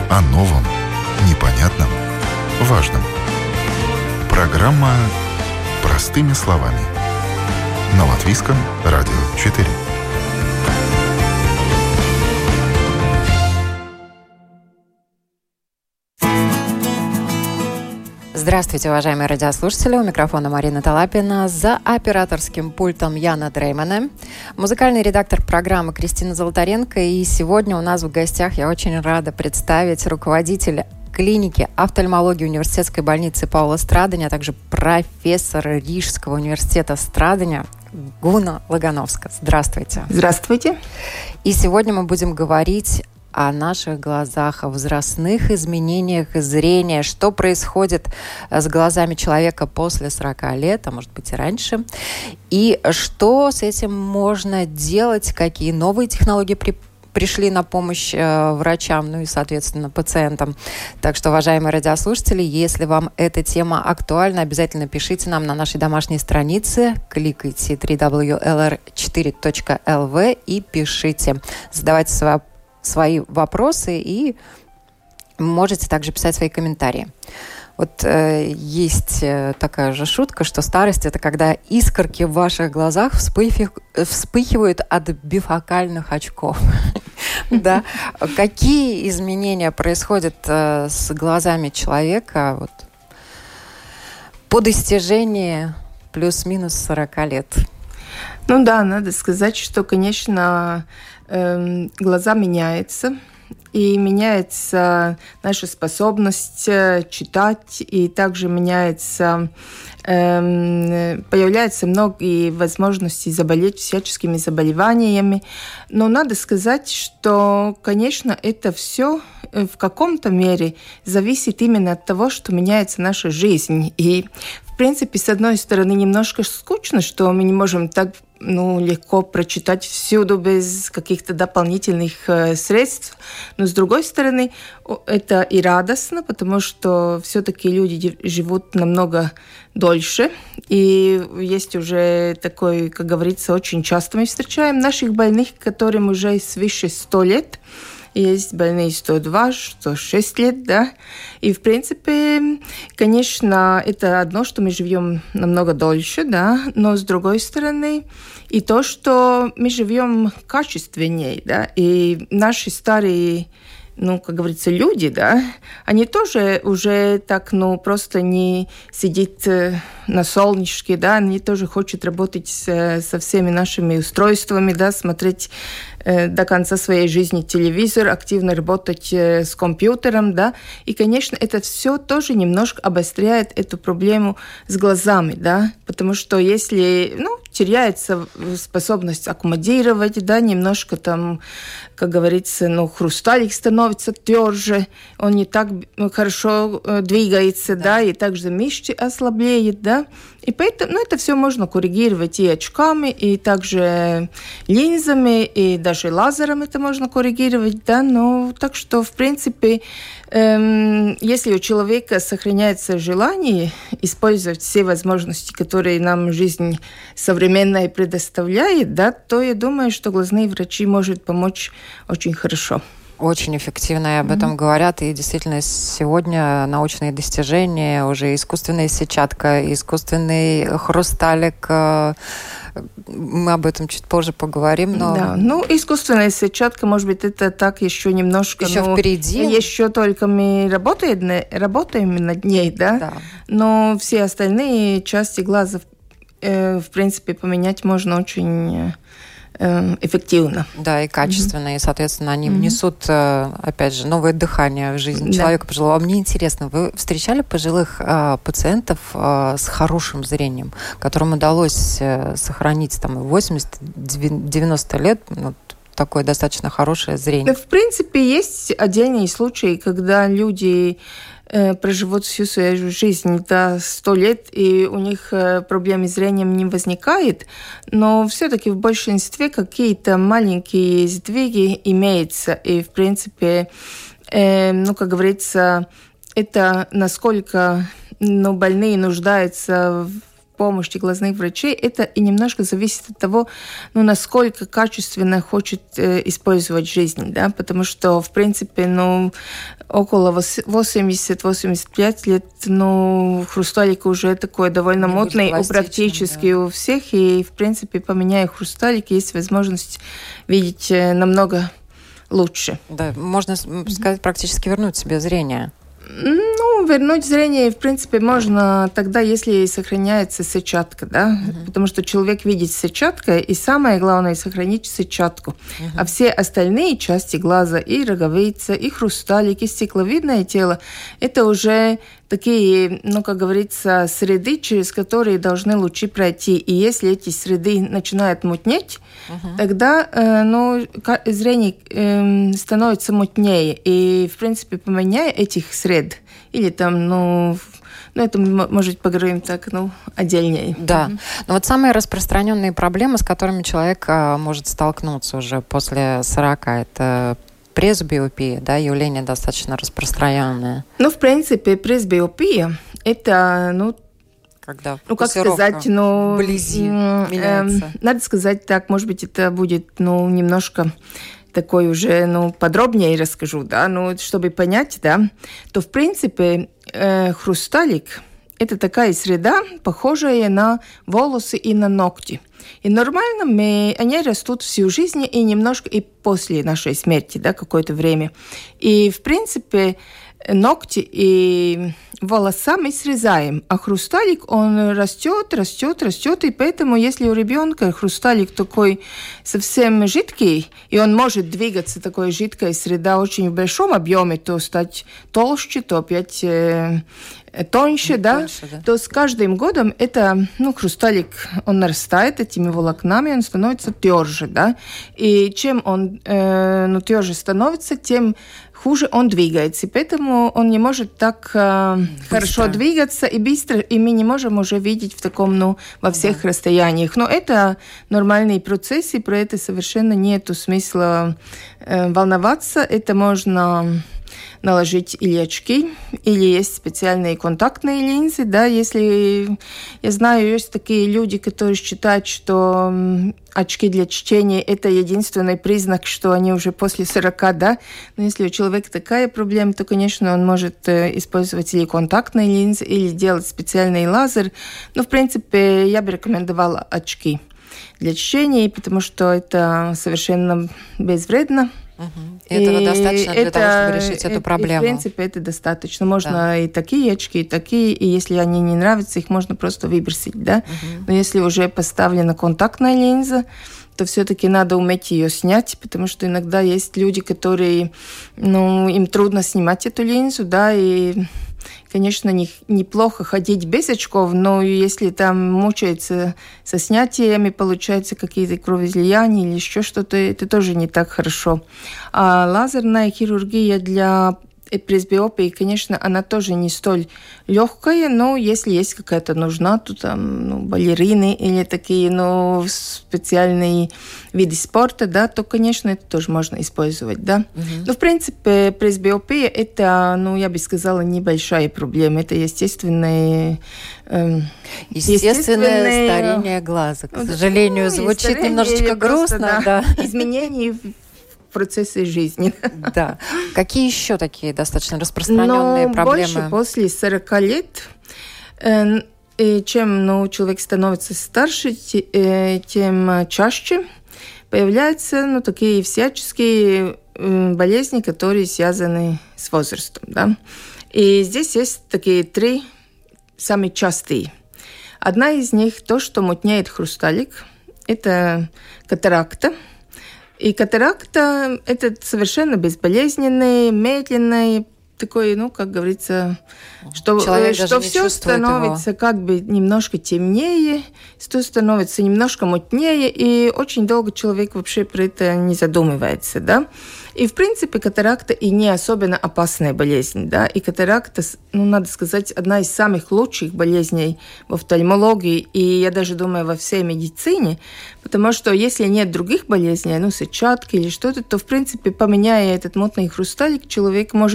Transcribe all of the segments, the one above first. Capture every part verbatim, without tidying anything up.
О новом, непонятном, важном. Программа «Простыми словами». На Латвийском радио четыре. Здравствуйте, уважаемые радиослушатели. У микрофона Марина Талапина. За операторским пультом Яна Дреймане. Музыкальный редактор программы Кристина Золотаренко. И сегодня у нас в гостях я очень рада представить руководителя клиники офтальмологии университетской больницы Паула Страдания, а также профессора Рижского университета Страдания Гуна Логановска. Здравствуйте. Здравствуйте. И сегодня мы будем говорить о наших глазах, о возрастных изменениях зрения, что происходит с глазами человека после сорока лет, а может быть и раньше, и что с этим можно делать, какие новые технологии при пришли на помощь э, врачам, ну и, соответственно, пациентам. Так что, уважаемые радиослушатели, если вам эта тема актуальна, обязательно пишите нам на нашей домашней странице, кликайте дабл ю дабл ю дабл ю точка эл эр четыре точка эл ви и пишите. Задавайте свои, свои вопросы и можете также писать свои комментарии. Вот э, есть э, такая же шутка, что старость – это когда искорки в ваших глазах вспыхи, вспыхивают от бифокальных очков. Да. Какие изменения происходят э, с глазами человека вот, по достижении плюс-минус сорока лет? Ну да, надо сказать, что, конечно, э, глаза меняются. И меняется наша способность читать, и также меняется, э, появляются многие возможности заболеть всяческими заболеваниями. Но надо сказать, что, конечно, это все в каком-то мере зависит именно от того, что меняется наша жизнь. И, в принципе, с одной стороны, немножко скучно, что мы не можем так ну, легко прочитать всюду без каких-то дополнительных э, средств. Но, с другой стороны, это и радостно, потому что все-таки люди живут намного дольше. И есть уже такой, как говорится, очень часто мы встречаем наших больных, которым уже свыше сто лет. Есть больные сто два, сто шесть лет, да. И, в принципе, конечно, это одно, что мы живем намного дольше, да, но, с другой стороны, и то, что мы живем качественнее, да, и наши старые, ну, как говорится, люди, да, они тоже уже так, ну, просто не сидят на солнышке, да, они тоже хотят работать с, со всеми нашими устройствами, да, смотреть э, до конца своей жизни телевизор, активно работать э, с компьютером, да, и, конечно, это все тоже немножко обостряет эту проблему с глазами, да, потому что если, ну, теряется способность аккомодировать, да, немножко там, как говорится, ну, хрусталик становится тверже, он не так хорошо двигается, да, да и также мышцы ослабляет, да, и поэтому, ну, это все можно коррегировать и очками, и также линзами, и даже лазером это можно коррегировать, да, но так что, в принципе, эм, если у человека сохраняется желание использовать все возможности, которые нам жизнь современная предоставляет, да, то я думаю, что глазные врачи могут помочь очень хорошо. Очень эффективно, и об этом mm-hmm. говорят. И действительно, сегодня научные достижения, уже искусственная сетчатка, искусственный хрусталик. Мы об этом чуть позже поговорим. Но... Да, ну, искусственная сетчатка, может быть, это так еще немножко... Еще ну, впереди. Еще только мы работаем, работаем над ней, да? Да. Но все остальные части глаза, э, в принципе, поменять можно очень... эффективно. Да, и качественно, mm-hmm. и, соответственно, они mm-hmm. внесут, опять же, новое дыхание в жизнь человека да. пожилого. А мне интересно, вы встречали пожилых а, пациентов а, с хорошим зрением, которым удалось а, сохранить там восемьдесят-девяносто лет, ну, такое достаточно хорошее зрение? В принципе, есть отдельные случаи, когда люди проживут всю свою жизнь до ста лет, и у них проблем с зрением не возникает, но все-таки в большинстве какие-то маленькие сдвиги имеются, и, в принципе, э, ну, как говорится, это насколько ну, больные нуждаются в помощи глазных врачей, это и немножко зависит от того, ну, насколько качественно хочет э, использовать жизнь, да, потому что, в принципе, ну, около восемьдесят-восемьдесят пять лет, ну, хрусталик уже такой довольно модный, у практически да. у всех, и, в принципе, поменяя хрусталик, есть возможность видеть намного лучше. Да, можно сказать, практически вернуть себе зрение. Ну, вернуть зрение, в принципе, можно тогда, если сохраняется сетчатка, да, uh-huh. потому что человек видит сетчаткой, и самое главное – сохранить сетчатку. Uh-huh. А все остальные части глаза, и роговица, и хрусталик, и стекловидное тело – это уже такие, ну, как говорится, среды, через которые должны лучи пройти. И если эти среды начинают мутнеть, uh-huh. тогда, э, ну, зрение э, становится мутнее. И, в принципе, поменяя этих сред, или там, ну, ну, это мы, может, поговорим так, ну, отдельнее. Да. Mm-hmm. Но вот самые распространенные проблемы, с которыми человек а, может столкнуться уже после сорока, это пресбиопия, да, явление достаточно распространенное. Ну, в принципе, пресбиопия – это, ну, когда ну, как сказать, ну, вблизи меняется. Э, надо сказать так, может быть, это будет, ну, немножко такой уже, ну, подробнее расскажу, да, ну, чтобы понять, да, то, в принципе, э, хрусталик – это такая среда, похожая на волосы и на ногти. И нормально мы, они растут всю жизнь и немножко и после нашей смерти, да, какое-то время. И, в принципе, ногти и волоса мы срезаем, а хрусталик, он растет, растет, растет, и поэтому, если у ребенка хрусталик такой совсем жидкий, и он может двигаться, такая жидкая среда очень в большом объеме, то стать толще, то опять э, тоньше, да? тоньше, да, то с каждым годом это, ну, хрусталик, он нарастает этими волокнами, он становится тверже, да, и чем он, э, ну, тверже становится, тем хуже он двигается, и поэтому он не может так э, хорошо двигаться и быстро, и мы не можем уже видеть в таком, ну, во всех да. расстояниях. Но это нормальный процесс, и про это совершенно нету смысла э, волноваться. Это можно наложить или очки, или есть специальные контактные линзы, да, если, я знаю, есть такие люди, которые считают, что очки для чтения – это единственный признак, что они уже после сорока, да, но если у человека такая проблема, то, конечно, он может использовать или контактные линзы, или делать специальный лазер, но, в принципе, я бы рекомендовала очки для чтения, потому что это совершенно безвредно. Угу. И, и этого достаточно для это, того, чтобы решить это, эту проблему. И, в принципе, это достаточно. Можно да. и такие очки, и такие, и если они не нравятся, их можно просто выбросить, да. Угу. Но если уже поставлена контактная линза, то все-таки надо уметь ее снять, потому что иногда есть люди, которые, ну, им трудно снимать эту линзу, да, и, конечно, не, неплохо ходить без очков, но если там мучается со снятиями, получаются какие-то кровоизлияния или еще что-то, это тоже не так хорошо. А лазерная хирургия для пресбиопии, конечно, она тоже не столь легкая, но если есть какая-то нужна, то там, ну, балерины или такие, ну, специальные виды спорта, да, то, конечно, это тоже можно использовать, да. Uh-huh. Но, в принципе, пресбиопия – это, ну, я бы сказала, небольшая проблема. Это естественное... Э, естественное, естественное старение глаза. К сожалению, ну, звучит немножечко грустно. Просто, да. Да. Изменения процессы жизни. Да. Какие еще такие достаточно распространенные Но проблемы? Больше после сорока лет, э, и чем, ну, человек становится старше, тем чаще появляются, ну, такие всяческие э, болезни, которые связаны с возрастом, да. И здесь есть такие три самые частые. Одна из них то, что мутнеет хрусталик, это катаракта. И катаракта – это совершенно безболезненный, медленный, такой, ну, как говорится, что, что все становится его. Как бы немножко темнее, все становится немножко мутнее, и очень долго человек вообще про это не задумывается, да. И, в принципе, катаракта и не особенно опасная болезнь, да, и катаракта, ну, надо сказать, одна из самых лучших болезней в офтальмологии, и я даже думаю, во всей медицине, потому что если нет других болезней, ну, сетчатки или что-то, то, в принципе, поменяя этот мутный хрусталик, человек может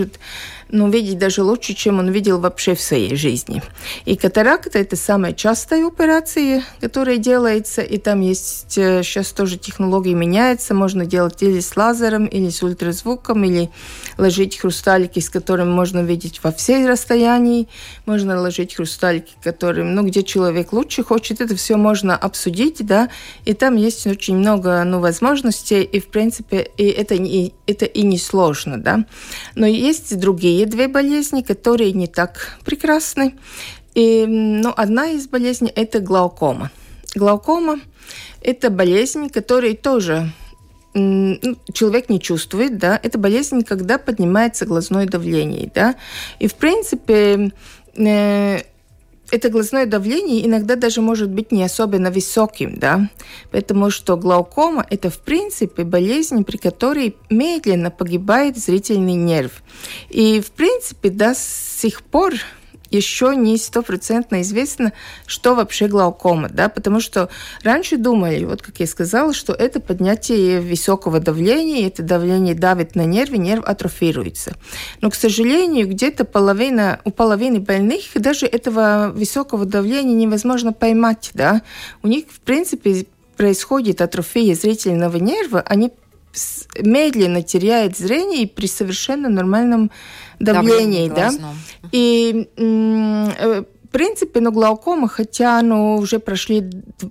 ну, видеть даже лучше, чем он видел вообще в своей жизни. И катаракта – это самая частая операция, которая делается, и там есть, сейчас тоже технологии меняются, можно делать или с лазером, или с ультразвуком, или ложить хрусталики, с которыми можно видеть во всей расстоянии, можно ложить хрусталики, которым, ну, где человек лучше хочет, это все можно обсудить, да, и там есть очень много, ну, возможностей, и, в принципе, и это, и, это и не сложно, да. Но есть другие две болезни, которые не так прекрасны. И, ну, одна из болезней – это глаукома. Глаукома – это болезнь, которая тоже ну, человек не чувствует, да. Это болезнь, когда поднимается глазное давление, да. И, в принципе, э, это глазное давление иногда даже может быть не особенно высоким, да, потому что глаукома – это, в принципе, болезнь, при которой медленно погибает зрительный нерв. И, в принципе, до сих пор еще не стопроцентно известно, что вообще глаукома, да, потому что раньше думали, вот как я сказала, что это поднятие высокого давления, это давление давит на нервы, нерв атрофируется. Но, к сожалению, где-то половина, у половины больных даже этого высокого давления невозможно поймать, да. У них, в принципе, происходит атрофия зрительного нерва, они медленно теряют зрение при совершенно нормальном давлении, да. И, в принципе, ну, глаукома, хотя, ну, уже прошли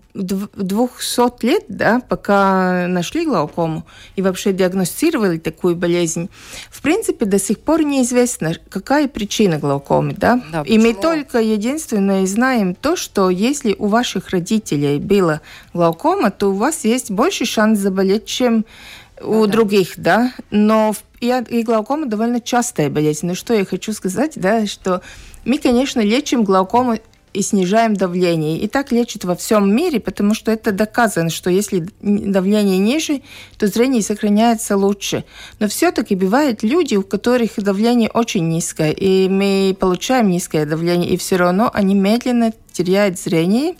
двухсот лет, да, пока нашли глаукому и вообще диагностировали такую болезнь, в принципе, до сих пор неизвестно, какая причина глаукомы, да. да и мы только единственное знаем то, что если у ваших родителей была глаукома, то у вас есть больше шанс заболеть, чем у да. других, да, но и, и глаукома довольно частая болезнь. Но что я хочу сказать, да, что мы, конечно, лечим глаукому и снижаем давление. И так лечат во всем мире, потому что это доказано, что если давление ниже, то зрение сохраняется лучше. Но все-таки бывают люди, у которых давление очень низкое, и мы получаем низкое давление, и все равно они медленно теряют зрение,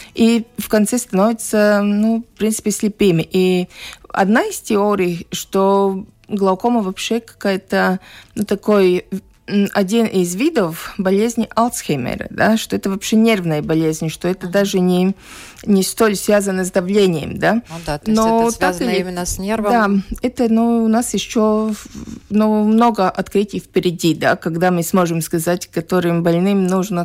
и в конце становятся, ну, в принципе, слепыми. И одна из теорий, что глаукома вообще какая-то, ну, такой один из видов болезни Альцгеймера, да, что это вообще нервная болезнь, что это даже не, не столь связано с давлением, да. Ну да, то есть Но это связано или... именно с нервом. Да, это, ну, у нас еще, ну, много открытий впереди, да, когда мы сможем сказать, которым больным нужно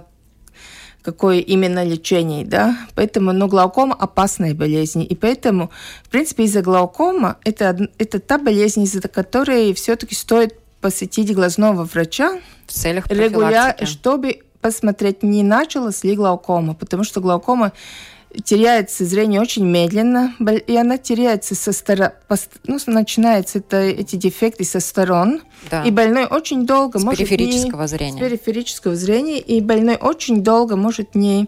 какое именно лечение, да, поэтому, ну, глаукома опасная болезнь, и поэтому, в принципе, из-за глаукома это, это та болезнь, из-за которой все-таки стоит посетить глазного врача в целях регулярно, чтобы посмотреть, не началась ли глаукома, потому что глаукома теряется зрение очень медленно, и она теряется со сторон, ну, начинаются это, эти дефекты со сторон, да. и больной очень долго с может периферического не, зрения. С периферического зрения, и больной очень долго может не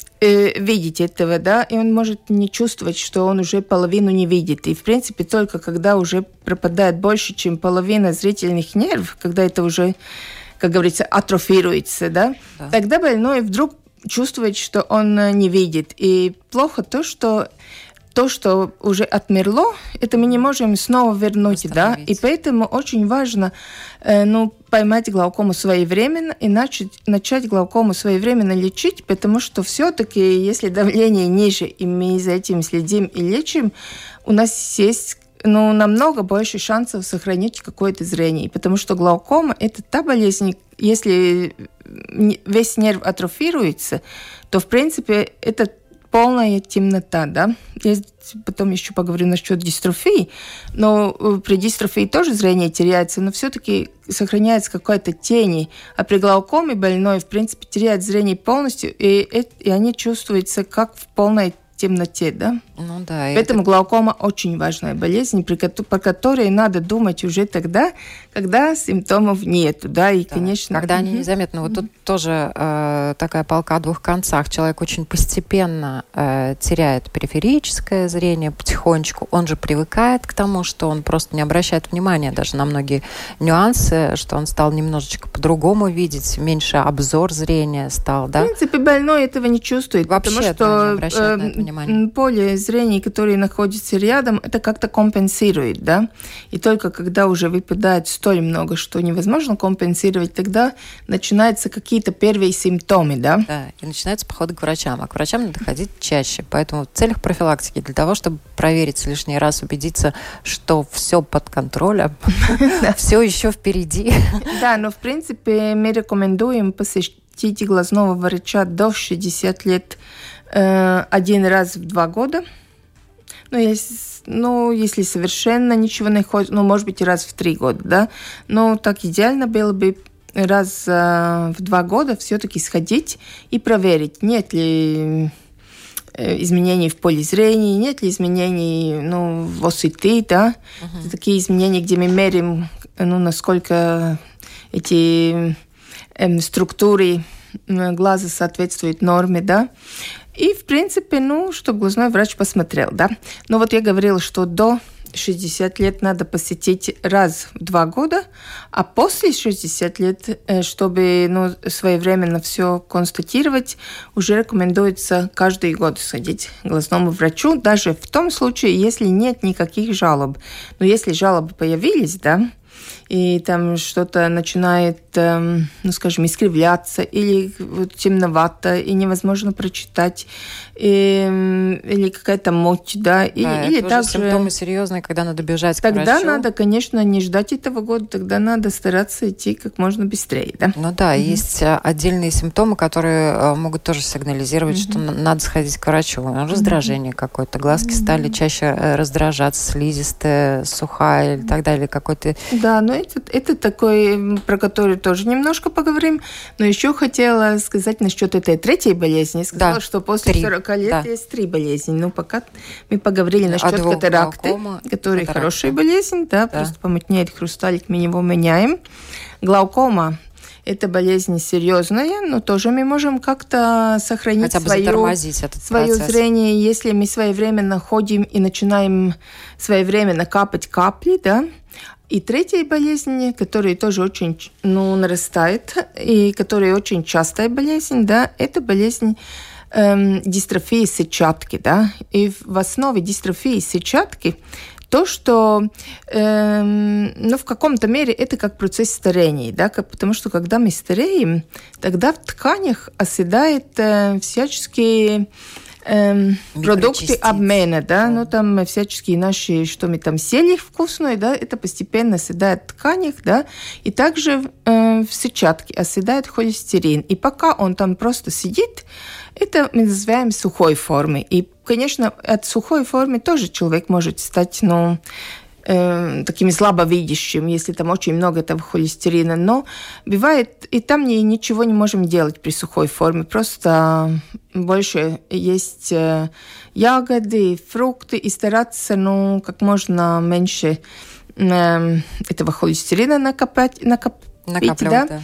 э, видеть этого, да, и он может не чувствовать, что он уже половину не видит. И, в принципе, только когда уже пропадает больше, чем половина зрительных нервов, когда это уже, как говорится, атрофируется, да, да. тогда больной вдруг чувствует, что он не видит. И плохо то, что то, что уже отмерло, это мы не можем снова вернуть, да, и поэтому очень важно, э, ну, поймать глаукому своевременно и начать, начать глаукому своевременно лечить, потому что все-таки, если давление ниже, и мы за этим следим и лечим, у нас есть, ну, намного больше шансов сохранить какое-то зрение, потому что глаукома – это та болезнь, если весь нерв атрофируется, то, в принципе, это полная темнота, да. Я потом еще поговорю насчет дистрофии, но при дистрофии тоже зрение теряется, но все-таки сохраняется какая-то тень, а при глаукоме больной, в принципе, теряет зрение полностью, и, и они чувствуются как в полной темноте, да. Ну да. Поэтому это... глаукома очень важная болезнь, при ко- по которой надо думать уже тогда, когда симптомов нету, да, и, да, конечно... Когда они незаметны. Вот тут тоже э, такая палка о двух концах. Человек очень постепенно э, теряет периферическое зрение потихонечку. Он же привыкает к тому, что он просто не обращает внимания даже на многие нюансы, что он стал немножечко по-другому видеть, меньше обзор зрения стал, да? В принципе, больной этого не чувствует, Вообще, потому что... Да, не обращает на это внимания. внимание. Поле зрения, которое находится рядом, это как-то компенсирует, да. И только когда уже выпадает столь много, что невозможно компенсировать, тогда начинаются какие-то первые симптомы, да. Да, и начинаются походы к врачам. А к врачам надо ходить чаще. Поэтому в целях профилактики, для того, чтобы проверить лишний раз, убедиться, что все под контролем, все еще впереди. Да, но в принципе мы рекомендуем посетить глазного врача до шестидесяти лет э, один раз в два года. Ну если, ну, если совершенно ничего не ходит, ну, может быть, раз в три года, да. Но так идеально было бы раз э, в два года все-таки сходить и проверить, нет ли изменений в поле зрения, нет ли изменений, ну, в осыты, да. Uh-huh. Такие изменения, где мы меряем, ну, насколько эти эм, структуры глаза соответствуют норме, да. И, в принципе, ну, чтобы глазной врач посмотрел, да. Но вот я говорила, что до шестидесяти лет надо посетить раз в два года, а после шестидесяти лет, чтобы, ну, своевременно все констатировать, уже рекомендуется каждый год сходить к глазному врачу, даже в том случае, если нет никаких жалоб. Но если жалобы появились, да, и там что-то начинает, эм, ну, скажем, искривляться, или вот, темновато, и невозможно прочитать, и, или какая-то муть, да. И, да, или это также уже симптомы серьезные, когда надо бежать к тогда врачу. Тогда надо, конечно, не ждать этого года, тогда надо стараться идти как можно быстрее, да. Ну да, mm-hmm. есть отдельные симптомы, которые могут тоже сигнализировать, mm-hmm. что надо сходить к врачу. Раздражение mm-hmm. какое-то, глазки mm-hmm. стали чаще раздражаться, слизистая, сухая и так далее, какой-то... Да, но это, это такой, про который тоже немножко поговорим, но еще хотела сказать насчет этой третьей болезни. Я сказала, да, что после три. сорока лет да. есть три болезни. Ну, пока мы поговорили насчет а катаракты, glaucoma, которая катаракта. Хорошая болезнь, да, да, просто помутнеет хрусталик, мы его меняем. Глаукома – это болезнь серьезная, но тоже мы можем как-то сохранить свое, свое зрение, если мы своевременно ходим и начинаем своевременно капать капли, да. И третья болезнь, которая тоже очень, ну, нарастает, и которая очень частая болезнь, да, это болезнь эм, дистрофии сетчатки, да. И в основе дистрофии сетчатки то, что эм, ну, в каком-то мере это как процесс старения, да, как, потому что когда мы стареем, тогда в тканях оседают э, всяческие Эм, продукты обмена, да, ну там всяческие наши, что мы там съели вкусное, да, это постепенно оседает в тканях, да, и также э, в сетчатке оседает холестерин. И пока он там просто сидит, это мы называем сухой формой. И, конечно, от сухой формы тоже человек может стать, ну, э, таким слабовидящим, если там очень много этого холестерина. Но бывает, и там не, ничего не можем делать при сухой форме. Просто больше есть э, ягоды, фрукты, и стараться, ну, как можно меньше э, этого холестерина накопать, накопить, да? Да.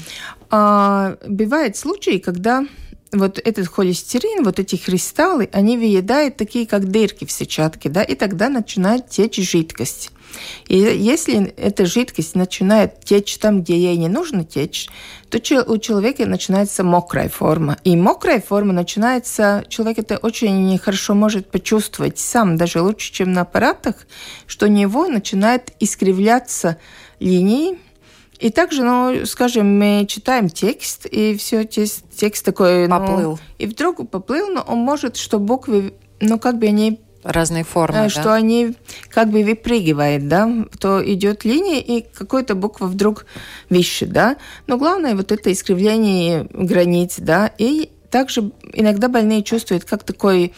А, бывают случаи, когда вот этот холестерин, вот эти кристаллы, они выедают такие, как дырки в сетчатке, да, и тогда начинает течь жидкость. И если эта жидкость начинает течь там, где ей не нужно течь, то у человека начинается мокрая форма. И мокрая форма начинается, человек это очень хорошо может почувствовать сам, даже лучше, чем на аппаратах, что у него начинает искривляться линии. И также, ну, скажем, мы читаем текст, и все, текст, текст такой... Поплыл. Ну, и вдруг поплыл, но он может, что буквы, ну, как бы они... Разные формы, что да? они как бы выпрыгивают, да, то идет линия, и какая-то буква вдруг выше, да. Но главное вот это искривление границ, да. И также иногда больные чувствуют, как такой...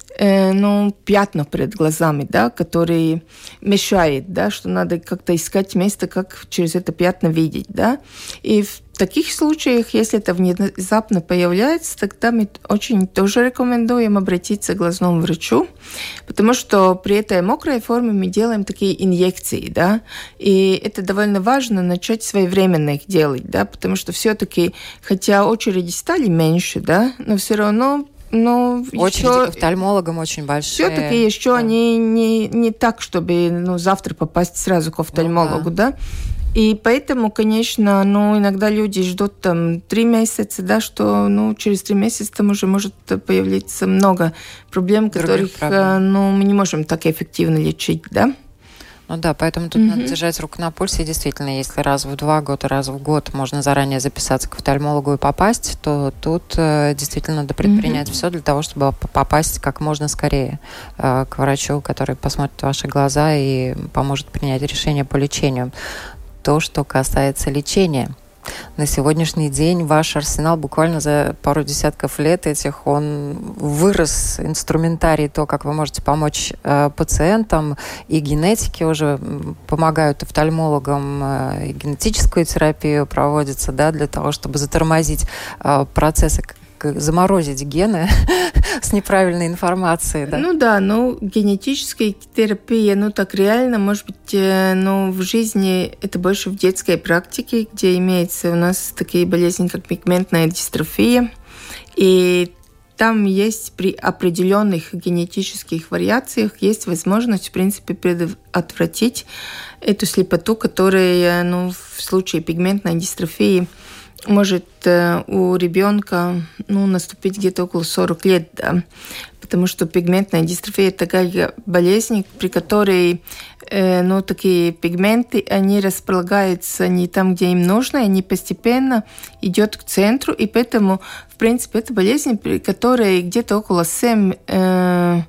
ну, пятна перед глазами, да, которые мешают, да, что надо как-то искать место, как через это пятна видеть, да. И в таких случаях, если это внезапно появляется, тогда мы очень тоже рекомендуем обратиться к глазному врачу, потому что при этой мокрой форме мы делаем такие инъекции, да, и это довольно важно начать своевременно их делать, да, потому что все-таки, хотя очереди стали меньше, да, но все равно но очереди еще, к офтальмологам очень большие. Все-таки еще да. они не, не так, чтобы ну, завтра попасть сразу к офтальмологу, ну, да. да. И поэтому, конечно, ну, иногда люди ждут там три месяца, да, что ну, через три месяца там уже может появиться много проблем, которых проблем. Ну, мы не можем так эффективно лечить, да. Ну да, поэтому тут mm-hmm. надо держать руку на пульсе. И действительно, если раз в два года, раз в год можно заранее записаться к офтальмологу и попасть, то тут э, действительно надо предпринять mm-hmm. все для того, чтобы попасть как можно скорее э, к врачу, который посмотрит ваши глаза и поможет принять решение по лечению. То, что касается лечения. На сегодняшний день ваш арсенал буквально за пару десятков лет этих, он вырос, инструментарий, то, как вы можете помочь э, пациентам, и генетики уже помогают офтальмологам, э, и генетическую терапию проводится, да, для того, чтобы затормозить э, процессы, заморозить гены с неправильной информацией, да? Ну да, ну генетическая терапия, ну так реально, может быть, ну в жизни это больше в детской практике, где имеется у нас такие болезни, как пигментная дистрофия, и там есть при определенных генетических вариациях есть возможность, в принципе, предотвратить эту слепоту, которая, ну, в случае пигментной дистрофии может э, у ребенка ну, наступить где-то около сорок лет, да, потому что пигментная дистрофия – это такая болезнь, при которой э, ну, такие пигменты, они располагаются не там, где им нужно, и они постепенно идут к центру, и поэтому, в принципе, это болезнь, при которой где-то около семь э,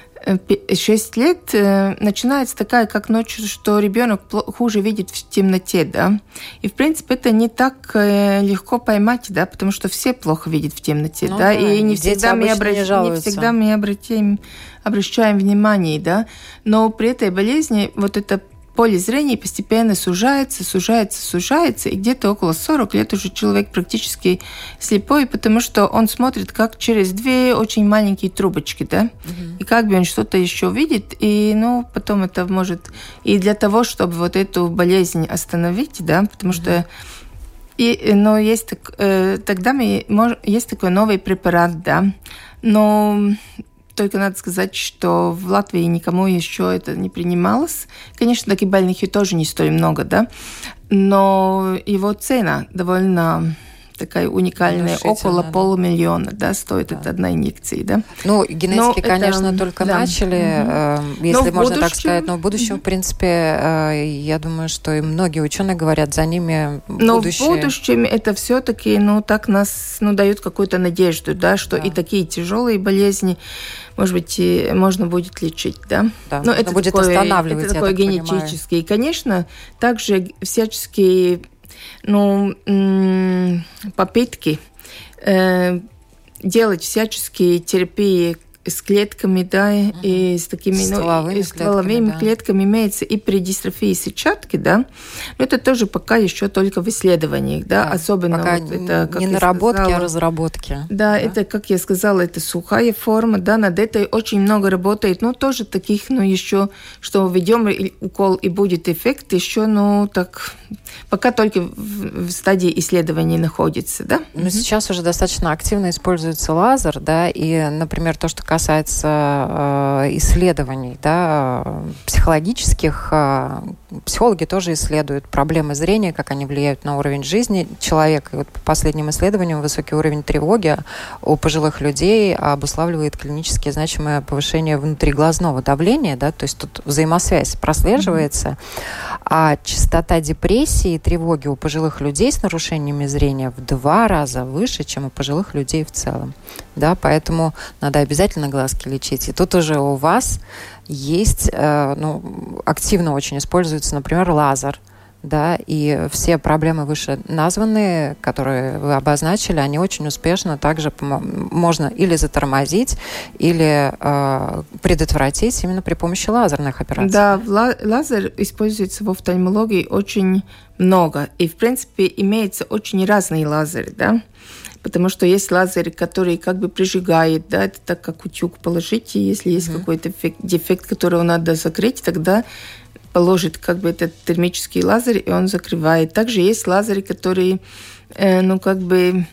шесть лет э, начинается такая, как ночью, что ребенок хуже видит в темноте, да. И, в принципе, это не так э, легко поймать, да, потому что все плохо видят в темноте, ну, да, да, и не всегда, мы обращ... не всегда мы обратим, обращаем внимание, да. Но при этой болезни вот это поле зрения постепенно сужается, сужается, сужается, и где-то около сорок лет уже человек практически слепой, потому что он смотрит как через две очень маленькие трубочки, да, угу. И как бы он что-то еще видит, и, ну, потом это может... И для того, чтобы вот эту болезнь остановить, да, потому угу. что... И, но есть, э, тогда мы, мож, есть такой новый препарат, да, но... Только надо сказать, что в Латвии никому еще это не принималось. Конечно, таких больных и тоже не стоит много, да, но его цена довольно такая уникальная, около да. полумиллиона, да, стоит да. от одной инъекции, да. Ну, генетики, но конечно, это, только да. начали, угу. если но можно будущем, так сказать, но в будущем, угу. в принципе, я думаю, что и многие ученые говорят, за ними но будущее. Но в будущем это все-таки, ну, так нас, ну, дают какую-то надежду, да, что да. и такие тяжелые болезни, может быть, и можно будет лечить, да. Да, но это будет такой, останавливать, это такой генетический. И, конечно, также всяческие ну, попытки э, делать всяческие терапии с клетками, да, угу. и с такими с стволовыми, ну, и стволовыми клетками, да. клетками имеется и при дистрофии сетчатки, да, но это тоже пока еще только в исследованиях, да, да особенно пока вот это, как не наработки, сказала, а разработки. Да, да, это, как я сказала, это сухая форма, да, над этой очень много работает, но тоже таких, ну, еще, что введем укол и будет эффект, еще, ну, так, пока только в, в стадии исследований находится, да. Но угу. сейчас уже достаточно активно используется лазер, да, и, например, то, что касается э, исследований, да, психологических, э, психологи тоже исследуют проблемы зрения, как они влияют на уровень жизни человека. И вот по последним исследованиям высокий уровень тревоги у пожилых людей обуславливает клинически значимое повышение внутриглазного давления, да, то есть тут взаимосвязь прослеживается, mm-hmm. а частота депрессии и тревоги у пожилых людей с нарушениями зрения в два раза выше, чем у пожилых людей в целом. Да, поэтому надо обязательно глазки лечить. И тут уже у вас есть, э, ну, активно очень используется, например, лазер, да, и все проблемы выше названные, которые вы обозначили, они очень успешно также пом- можно или затормозить, или э, предотвратить именно при помощи лазерных операций. Да, ла- лазер используется в офтальмологии очень много, и, в принципе, имеются очень разные лазеры, да, потому что есть лазер, который как бы прижигает, да, это так как утюг положите, если есть mm-hmm. какой-то дефект, дефект, который надо закрыть, тогда положит как бы этот термический лазер, и он закрывает. Также есть лазеры, которые, э, ну, как бы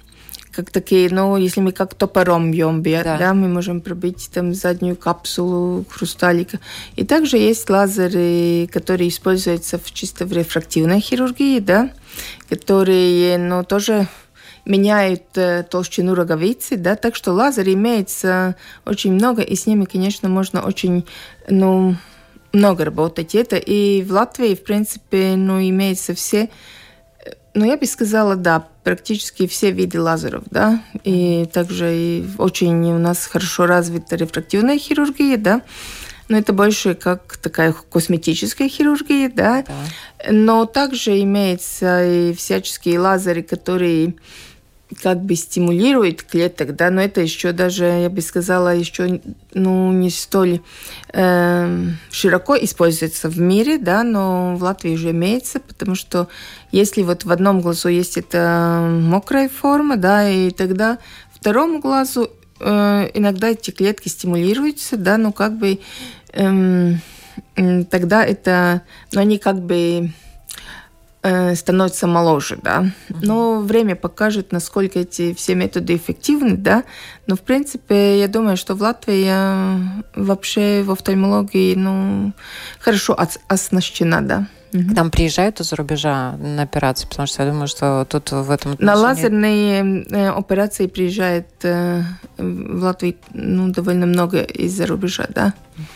как такие, ну, если мы как топором бьем, да. да, мы можем пробить там заднюю капсулу хрусталика. И также есть лазеры, которые используются в, чисто в рефрактивной хирургии, да, которые, ну, тоже меняют э, толщину роговицы, да, так что лазер имеется очень много, и с ними, конечно, можно очень, ну, много работать. Это и в Латвии, в принципе, ну, имеются все, ну, я бы сказала, да, практически все виды лазеров, да, и также и очень у нас хорошо развита рефрактивная хирургия, да, но это больше как такая косметическая хирургия, да, да. Но также имеются и всяческие лазеры, которые как бы стимулирует клеток, да, но это еще даже, я бы сказала, еще, ну, не столь э, широко используется в мире, да, но в Латвии уже имеется, потому что если вот в одном глазу есть эта мокрая форма, да, и тогда второму глазу э, иногда эти клетки стимулируются, да, но как бы э, э, тогда это, ну, они как бы становится моложе, да. Uh-huh. Но время покажет, насколько эти все методы эффективны, да. Но, в принципе, я думаю, что в Латвии вообще в офтальмологии, ну, хорошо оснащена, да. К нам приезжают из-за рубежа на операции, потому что я думаю, что тут в этом отношении... На лазерные э, операции приезжает э, в Латвию, ну, довольно много из-за рубежа, да.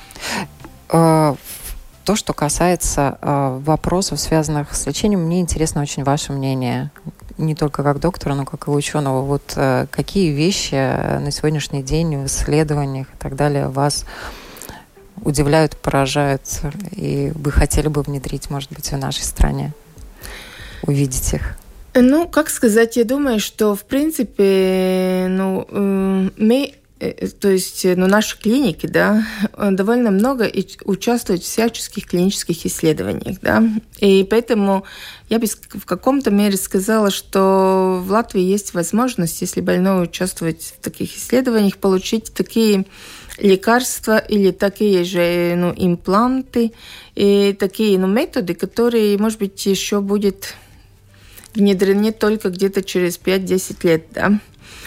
Uh, То, что касается э, вопросов, связанных с лечением, мне интересно очень ваше мнение. Не только как доктора, но как и ученого. Вот э, какие вещи на сегодняшний день в исследованиях и так далее вас удивляют, поражают, и вы хотели бы внедрить, может быть, в нашей стране? Увидеть их? Ну, как сказать, я думаю, что, в принципе, ну, э, мы... То есть, ну, наши клиники, да, довольно много участвуют в всяческих клинических исследованиях, да, и поэтому я бы в каком-то мере сказала, что в Латвии есть возможность, если больной участвует в таких исследованиях, получить такие лекарства или такие же, ну, импланты и такие, ну, методы, которые, может быть, еще будут внедрены только где-то через пять-десять лет, да.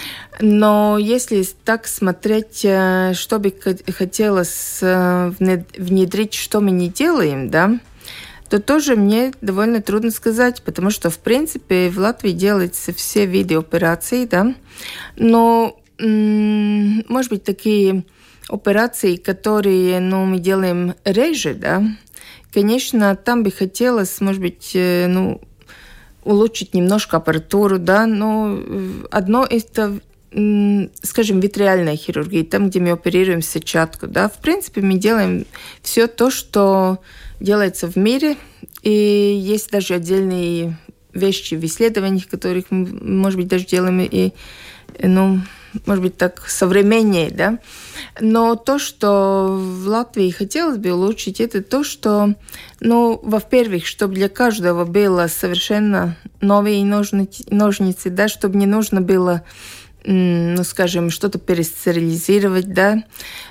Но если так смотреть, что бы хотелось внедрить, что мы не делаем, да, то тоже мне довольно трудно сказать, потому что, в принципе, в Латвии делаются все виды операций, да, но, может быть, такие операции, которые, ну, мы делаем реже, да, конечно, там бы хотелось, может быть, ну, улучшить немножко аппаратуру, да, но одно это, скажем, витреальная хирургия, там, где мы оперируем сетчатку, да, в принципе, мы делаем все то, что делается в мире, и есть даже отдельные вещи в исследованиях, которых мы, может быть, даже делаем и, ну, может быть, так современнее, да. Но то, что в Латвии хотелось бы улучшить, это то, что, ну, во-первых, чтобы для каждого было совершенно новые ножницы, ножницы, да, чтобы не нужно было, ну, скажем, что-то перестерилизировать, да.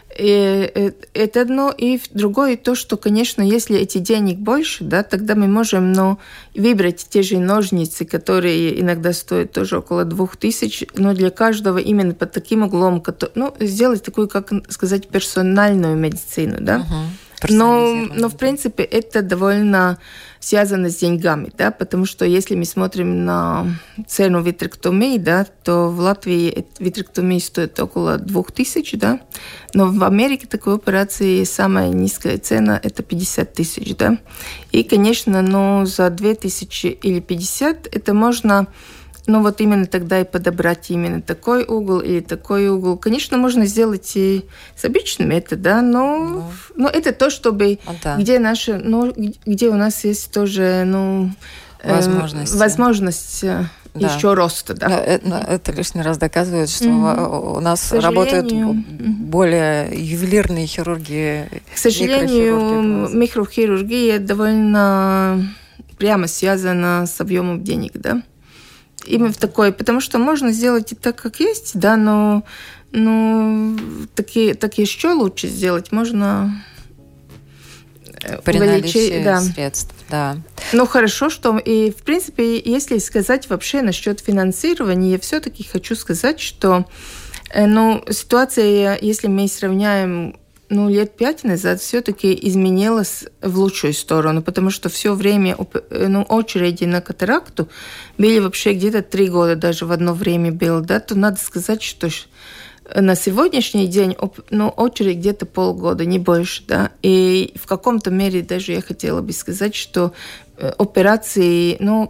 И это одно. И другое то, что, конечно, если эти денег больше, да, тогда мы можем, ну, выбрать те же ножницы, которые иногда стоят тоже около двух тысяч, но для каждого именно под таким углом, ну, сделать такую, как сказать, персональную медицину, да. Uh-huh. Но, но, в принципе, это довольно связано с деньгами, да, потому что если мы смотрим на цену витректомии, да, то в Латвии витректомия стоит около двух тысяч, да, но в Америке такой операции самая низкая цена – это пятьдесят тысяч, да. И, конечно, ну, за две тысячи или пятьдесят это можно... Ну, вот именно тогда и подобрать именно такой угол или такой угол. Конечно, можно сделать и с обычным это, да, но, да. но это то, чтобы... Да. Где наши... Ну, где у нас есть тоже, ну... Возможность. Э, возможность да. еще роста, да. Это, это лишний раз доказывает, что mm-hmm. у нас работают более ювелирные хирурги. К сожалению, микрохирургия довольно прямо связана с объемом денег, да. Именно в такой, потому что можно сделать и так, как есть, да, но, но такие, так еще лучше сделать можно при наличии да. средств, да. Ну, хорошо, что... И, в принципе, если сказать вообще насчет финансирования, я все-таки хочу сказать, что ну, ситуация, если мы сравняем ну, лет пять назад, все-таки изменилась в лучшую сторону, потому что все время ну, очереди на катаракту были вообще где-то три года, даже в одно время было, да, то надо сказать, что на сегодняшний день ну, очередь где-то полгода, не больше, да, и в каком-то мере даже я хотела бы сказать, что операции, ну,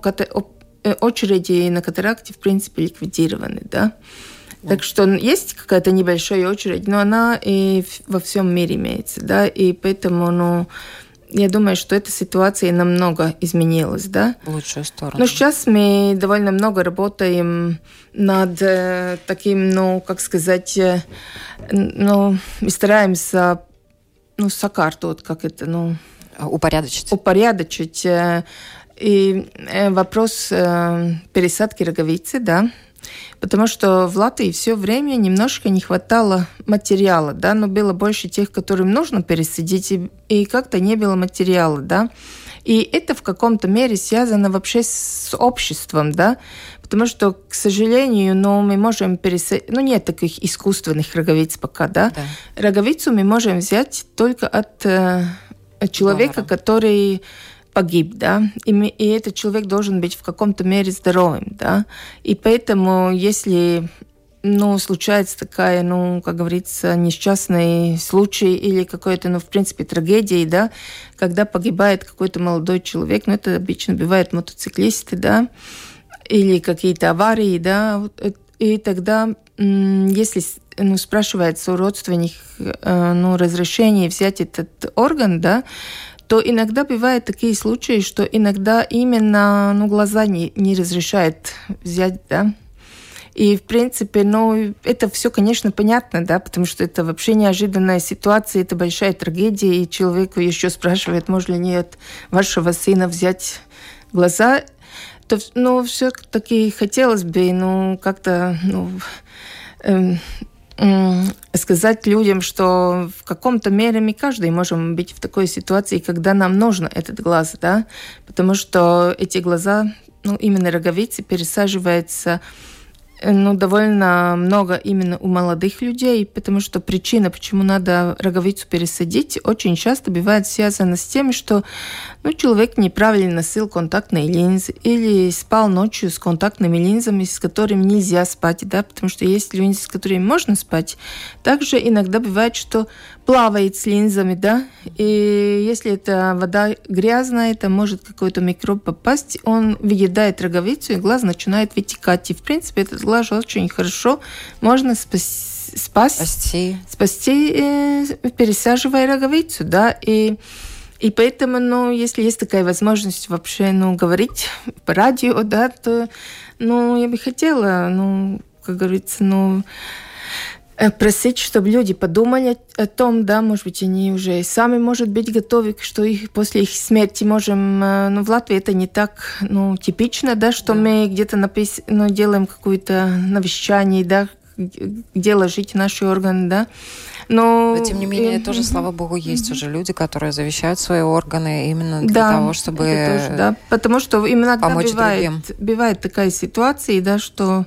очереди на катаракте, в принципе, ликвидированы, да. Так что есть какая-то небольшая очередь, но она и во всем мире имеется, да, и поэтому, ну, я думаю, что эта ситуация намного изменилась, да. В лучшую сторону. Но сейчас мы довольно много работаем над э, таким, ну, как сказать, э, ну, мы стараемся, ну, сокартот, как это, ну... Упорядочить. Упорядочить. Э, и э, вопрос э, пересадки роговицы, да. Потому что в Латвии все время немножко не хватало материала, да, но было больше тех, которым нужно пересадить, и, и как-то не было материала, да. И это в каком-то мере связано вообще с обществом, да, потому что, к сожалению, ну, мы можем пересадить, ну, нет таких искусственных роговиц пока, да. да. Роговицу мы можем взять только от, э, от человека, Донора. который... погиб, да, и, мы, и этот человек должен быть в каком-то мере здоровым, да, и поэтому, если, ну, случается такая, ну, как говорится, несчастный случай или какой-то, ну, в принципе, трагедия, да, когда погибает какой-то молодой человек, ну, это обычно бывают мотоциклисты, да, или какие-то аварии, да, и тогда, если, ну, спрашивается у родственников, ну, разрешение взять этот орган, да, то иногда бывают такие случаи, что иногда именно ну, глаза не, не разрешают взять, да. И, в принципе, ну, это все, конечно, понятно, да, потому что это вообще неожиданная ситуация, это большая трагедия, и человеку еще спрашивает, можно ли нет вашего сына взять глаза. То, ну, все-таки хотелось бы, ну, как-то, ну, эм, сказать людям, что в каком-то мере мы каждый можем быть в такой ситуации, когда нам нужен этот глаз, да, потому что эти глаза, ну, именно роговицы пересаживаются, ну, довольно много именно у молодых людей, потому что причина, почему надо роговицу пересадить, очень часто бывает связана с тем, что ну, человек неправильно носил контактные линзы или спал ночью с контактными линзами, с которыми нельзя спать, да, потому что есть линзы, с которыми можно спать. Также иногда бывает, что плавает с линзами, да, и если эта вода грязная, то может какой-то микроб попасть, он въедает роговицу, и глаз начинает вытекать. И, в принципе, этот глаз очень хорошо можно спас, спас, спасти, спасти э, пересаживая роговицу, да, и И поэтому, ну, если есть такая возможность вообще, ну, говорить по радио, да, то, ну, я бы хотела, ну, как говорится, ну, просить, чтобы люди подумали о том, да, может быть, они уже сами, может быть, готовы, что их после их смерти можем, ну, в Латвии это не так, ну, типично, да, что да. мы где-то напис... ну, делаем какое-то навещание, да, где ложить наши органы, да. Но, Но тем не менее, и, тоже, слава богу, есть mm-hmm. уже люди, которые завещают свои органы именно для да, того, чтобы тоже, да. Потому что иногда помочь бывает, другим. Бывает такая ситуация, да, что,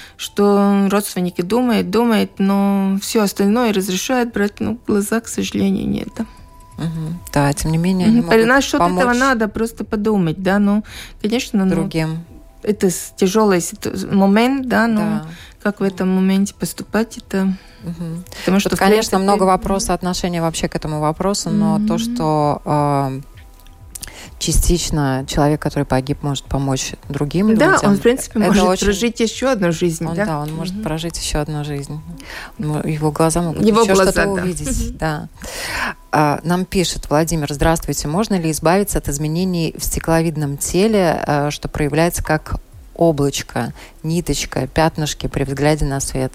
что родственники думают, думают, но все остальное разрешают брать, но глаза, к сожалению, нет. Да, угу. Да, тем не менее, они могут насчет помочь этого надо просто подумать, да, ну, конечно, другим. Ну, это тяжелый момент, да, но да. как в этом моменте поступать, это... Угу. Потому что, Тут, конечно, принципе... много вопросов, отношения вообще к этому вопросу, но mm-hmm. то, что э, частично человек, который погиб, может помочь другим да, людям. Да, он, в принципе, может очень... прожить еще одну жизнь. Он, да? да, он mm-hmm. может прожить еще одну жизнь. Его глаза могут Его еще глаза, что-то да. увидеть. Mm-hmm. Да. А, нам пишет Владимир: здравствуйте, можно ли избавиться от изменений в стекловидном теле, а, что проявляется как облачко, ниточка, пятнышки при взгляде на свет?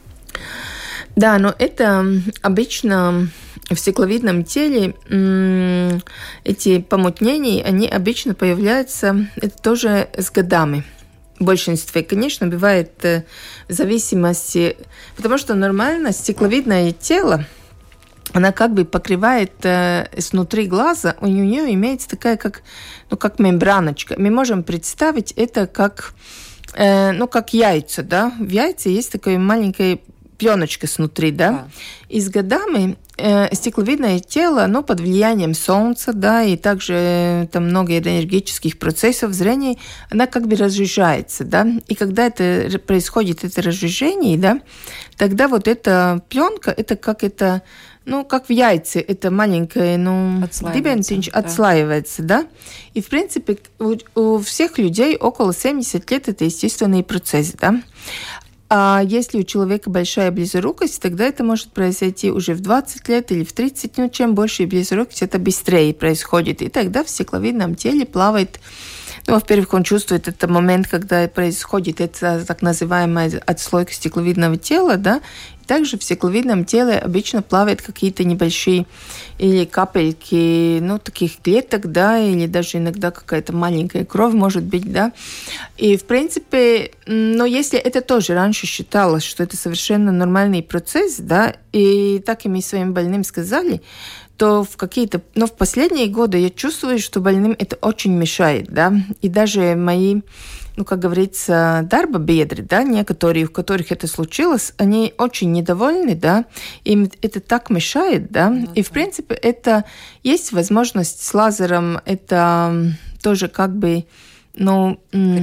Да, но это обычно в стекловидном теле м- эти помутнения, они обычно появляются, это тоже с годами. В большинстве, конечно, бывает э, в зависимости, потому что нормально стекловидное тело, она как бы покрывает э, снутри глаза, у нее имеется такая, как, ну, как мембраночка. Мы можем представить это как, э, ну, как яйца, да. В яйце есть такая маленькая пленочка снутри, да. А. И с годами э, стекловидное тело, оно под влиянием солнца, да, и также э, там много энергетических процессов в зрении, она как бы разжижается, да. И когда это происходит, это разжижение, да, тогда вот эта пленка, это как это... Ну, как в яйце, это маленькое, ну, дибентинч да. отслаивается, да. И, в принципе, у, у всех людей около семьдесят лет это естественный процесс, да. А если у человека большая близорукость, тогда это может произойти уже в двадцать лет или в тридцать, ну, чем больше близорукость, это быстрее происходит. И тогда в стекловидном теле плавает... Ну, во-первых, он чувствует этот момент, когда происходит эта так называемая отслойка стекловидного тела, да. Также в стекловидном теле обычно плавают какие-то небольшие или капельки, ну, таких клеток, да, или даже иногда какая-то маленькая кровь может быть, да. И, в принципе, ну, если это тоже раньше считалось, что это совершенно нормальный процесс, да, и так и мы своим больным сказали, то в какие-то, ну, в последние годы я чувствую, что больным это очень мешает, да, и даже мои, ну, как говорится, дарбобедри, да, некоторые, у которых это случилось, они очень недовольны, да, им это так мешает, да, ну, и, в принципе, это есть возможность с лазером, это тоже как бы, ну,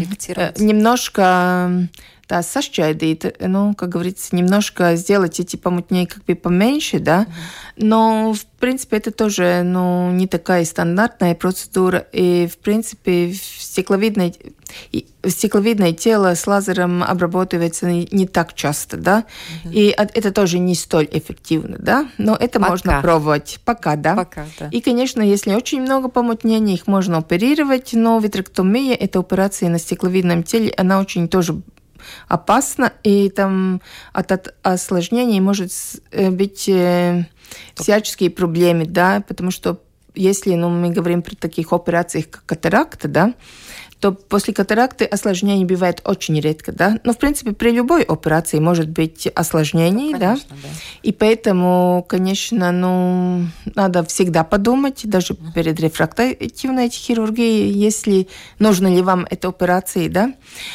немножко... Да, сошчайдить, ну, как говорится, немножко сделать эти помутнее как бы поменьше, да, mm-hmm. но, в принципе, это тоже, ну, не такая стандартная процедура, и, в принципе, стекловидное, стекловидное тело с лазером обрабатывается не, не так часто, да, mm-hmm. и это тоже не столь эффективно, да, но это пока. Можно пробовать, пока, да. Пока, да. И, конечно, если очень много помутнений, их можно оперировать, но витрэктомия, эта операция на стекловидном теле, она очень тоже опасно, и там от, от осложнений может быть э, всяческие проблемы, да, потому что если, ну, мы говорим про таких операциях, как катаракта, да, то после катаракты осложнений бывает очень редко, да, но, в принципе, при любой операции может быть осложнение, ну, конечно, да? Да, и поэтому, конечно, ну, надо всегда подумать, даже uh-huh. перед рефрактивной хирургией, если нужно ли вам эта операция, да.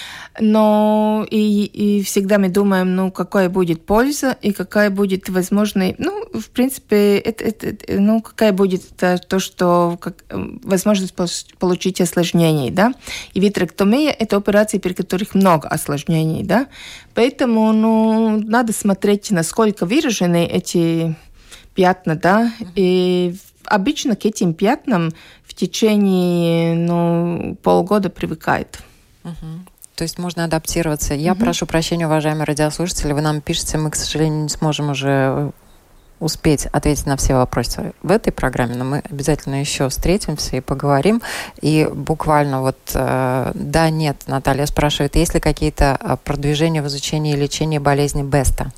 Но и, и всегда мы думаем, ну, какая будет польза и какая будет возможная, ну, в принципе, это, это, ну, какая будет это, то, что как, возможность получить осложнений, да. И витрэктомия – это операции, при которых много осложнений, да. Поэтому, ну, надо смотреть, насколько выражены эти пятна, да. И обычно к этим пятнам в течение, ну, полгода привыкает. То есть можно адаптироваться. Я mm-hmm. прошу прощения, уважаемые радиослушатели, вы нам пишете, мы, к сожалению, не сможем уже успеть ответить на все вопросы в этой программе, но мы обязательно еще встретимся и поговорим. И буквально вот э, да, нет, Наталья спрашивает, есть ли какие-то продвижения в изучении и лечении болезни Беста?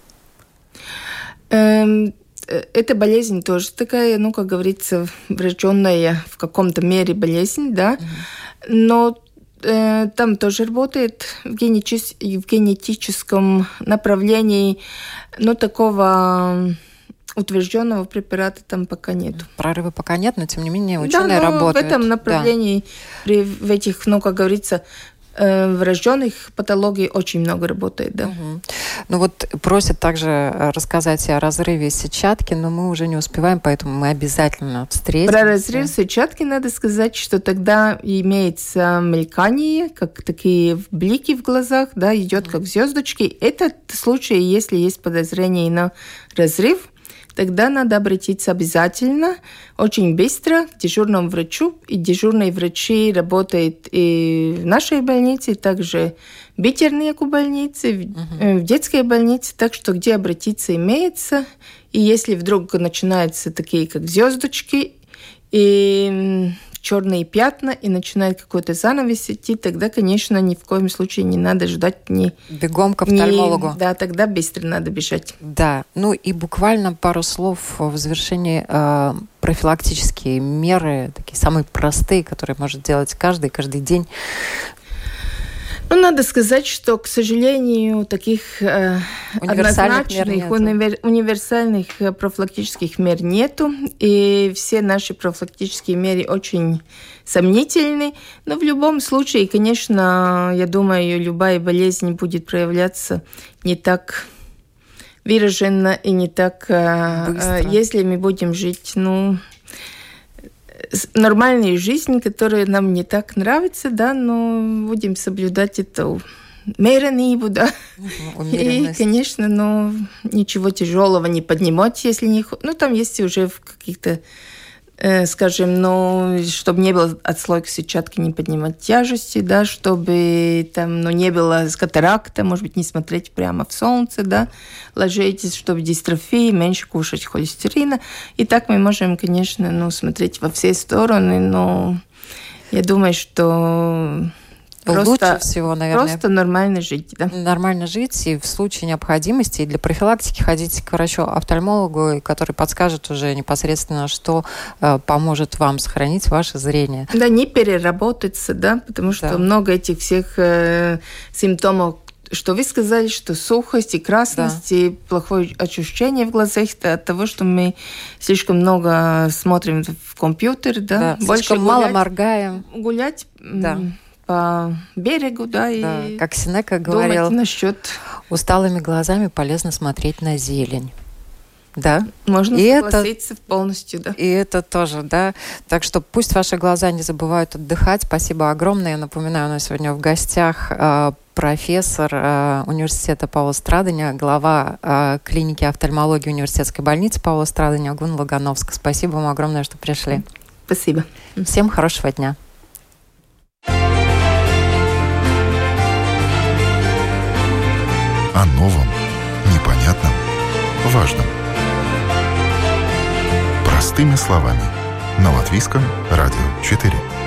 Эм... Эта болезнь тоже такая, ну, как говорится, врожденная в каком-то мере болезнь, да, mm-hmm. но там тоже работает в, генетич... в генетическом направлении, но такого утвержденного препарата там пока нет. Прорыва пока нет, но тем не менее ученые да, работают. В этом направлении, да. при, в этих, ну, как говорится, врожденных патологий очень много работает, да. Угу. Ну вот просят также рассказать о разрыве сетчатки, но мы уже не успеваем, поэтому мы обязательно встретимся. Про разрыв сетчатки надо сказать, что тогда имеется мелькание, как такие блики в глазах, да, идет как звездочки. Этот случай, если есть подозрение на разрыв, тогда надо обратиться обязательно, очень быстро к дежурному врачу. И дежурные врачи работают и в нашей больнице, также в Битерниеку больнице, uh-huh. в детской больнице. Так что где обратиться имеется. И если вдруг начинаются такие, как звездочки, и черные пятна, и начинает какой-то занавес идти, тогда, конечно, ни в коем случае не надо ждать ни... Бегом к офтальмологу. Ни, да, тогда быстро надо бежать. Да, ну и буквально пару слов в завершении. Э, профилактические меры, такие самые простые, которые может делать каждый, каждый день. Ну, надо сказать, что, к сожалению, таких э, однозначных, универ, универсальных профилактических мер нету, и все наши профилактические меры очень сомнительны. Но в любом случае, конечно, я думаю, любая болезнь будет проявляться не так выраженно и не так, э, если мы будем жить, ну... нормальная жизнь, которая нам не так нравится, да, но будем соблюдать эту меренибу, да. И, конечно, ну, ничего тяжелого не поднимать, если не... Ну, там есть уже в каких-то, э, скажем, ну, чтобы не было отслойки сетчатки, не поднимать тяжести, да, чтобы там, ну, не было катаракта, может быть, не смотреть прямо в солнце, да, ложитесь, чтобы дистрофии, меньше кушать холестерина. И так мы можем, конечно, ну, смотреть во все стороны, но я думаю, что просто, лучше всего, наверное, просто нормально жить. Да? Нормально жить, и в случае необходимости, и для профилактики ходить к врачу-офтальмологу, который подскажет уже непосредственно, что э, поможет вам сохранить ваше зрение. Да, не переработаться, да, потому что да. много этих всех э, симптомов, что вы сказали, что сухость и красность, да. и плохое ощущение в глазах, это от того, что мы слишком много смотрим в компьютер, да, да больше гулять, мало моргаем. Гулять да. по берегу, да, да. и как Сенека говорил, насчет... усталыми глазами полезно смотреть на зелень. Да. Можно и согласиться это, полностью, да. И это тоже, да. Так что пусть ваши глаза не забывают отдыхать. Спасибо огромное. Я напоминаю, у нас сегодня в гостях э, профессор э, университета Паула Страдыня, глава э, клиники офтальмологии университетской больницы Паула Страдыня Гуна Логановска. Спасибо вам огромное, что пришли. Спасибо. Всем хорошего дня. О новом, непонятном, важном. Простыми словами. На Латвийском радио четыре.